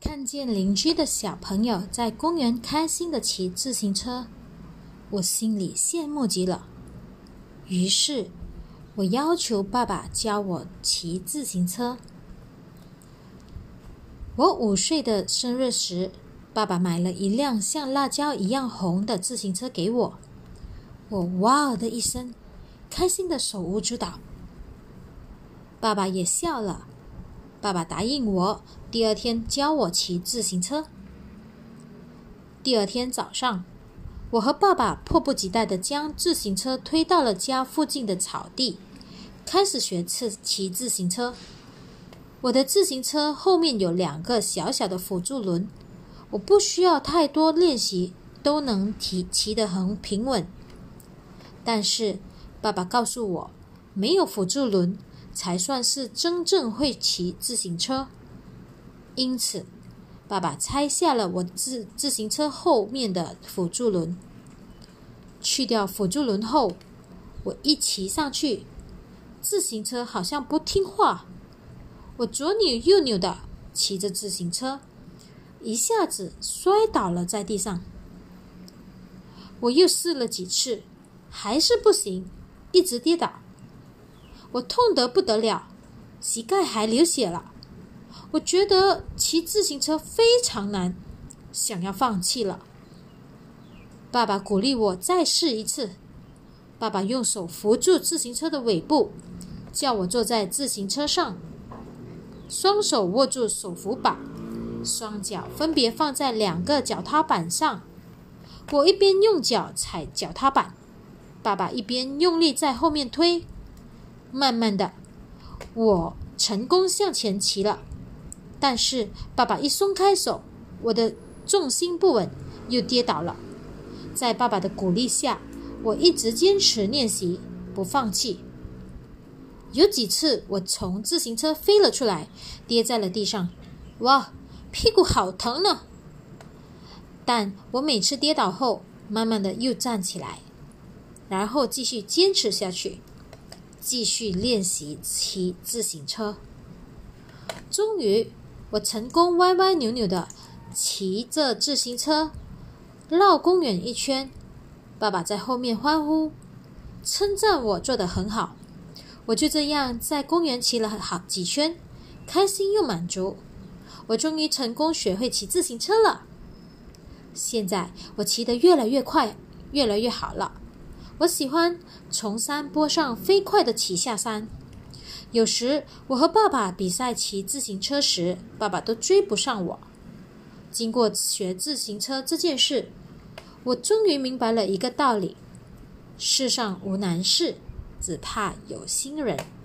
看见邻居的小朋友在公园开心地骑自行车，我心里羡慕极了。于是，我要求爸爸教我骑自行车。我5岁的生日时，爸爸买了一辆像辣椒一样红的自行车给我。我哇的一声，开心的手舞足蹈。爸爸也笑了。爸爸答应我，第2天教我骑自行车。第2天早上，我和爸爸迫不及待地将自行车推到了家附近的草地，开始学骑自行车。我的自行车后面有2个小小的辅助轮，我不需要太多练习都能骑得很平稳。但是爸爸告诉我，没有辅助轮才算是真正会骑自行车。因此，爸爸拆下了我自行车后面的辅助轮。去掉辅助轮后，我一骑上去，自行车好像不听话。我左扭右扭的骑着自行车，一下子摔倒了在地上。我又试了几次，还是不行，一直跌倒。我痛得不得了，膝盖还流血了。我觉得骑自行车非常难，想要放弃了。爸爸鼓励我再试一次。爸爸用手扶住自行车的尾部，叫我坐在自行车上，双手握住手扶把，双脚分别放在2个脚踏板上。我一边用脚踩脚踏板，爸爸一边用力在后面推。慢慢的，我成功向前骑了。但是爸爸一松开手，我的重心不稳，又跌倒了。在爸爸的鼓励下，我一直坚持练习，不放弃。有几次我从自行车飞了出来，跌在了地上，哇，屁股好疼呢。但我每次跌倒后，慢慢的又站起来，然后继续坚持下去，继续练习骑自行车。终于，我成功歪歪扭扭的骑着自行车绕公园一圈。爸爸在后面欢呼，称赞我做得很好。我就这样在公园骑了好几圈，开心又满足。我终于成功学会骑自行车了。现在我骑得越来越快，越来越好了。我喜欢从山坡上飞快地骑下山。有时我和爸爸比赛骑自行车时，爸爸都追不上我。经过学自行车这件事，我终于明白了一个道理：世上无难事，只怕有心人。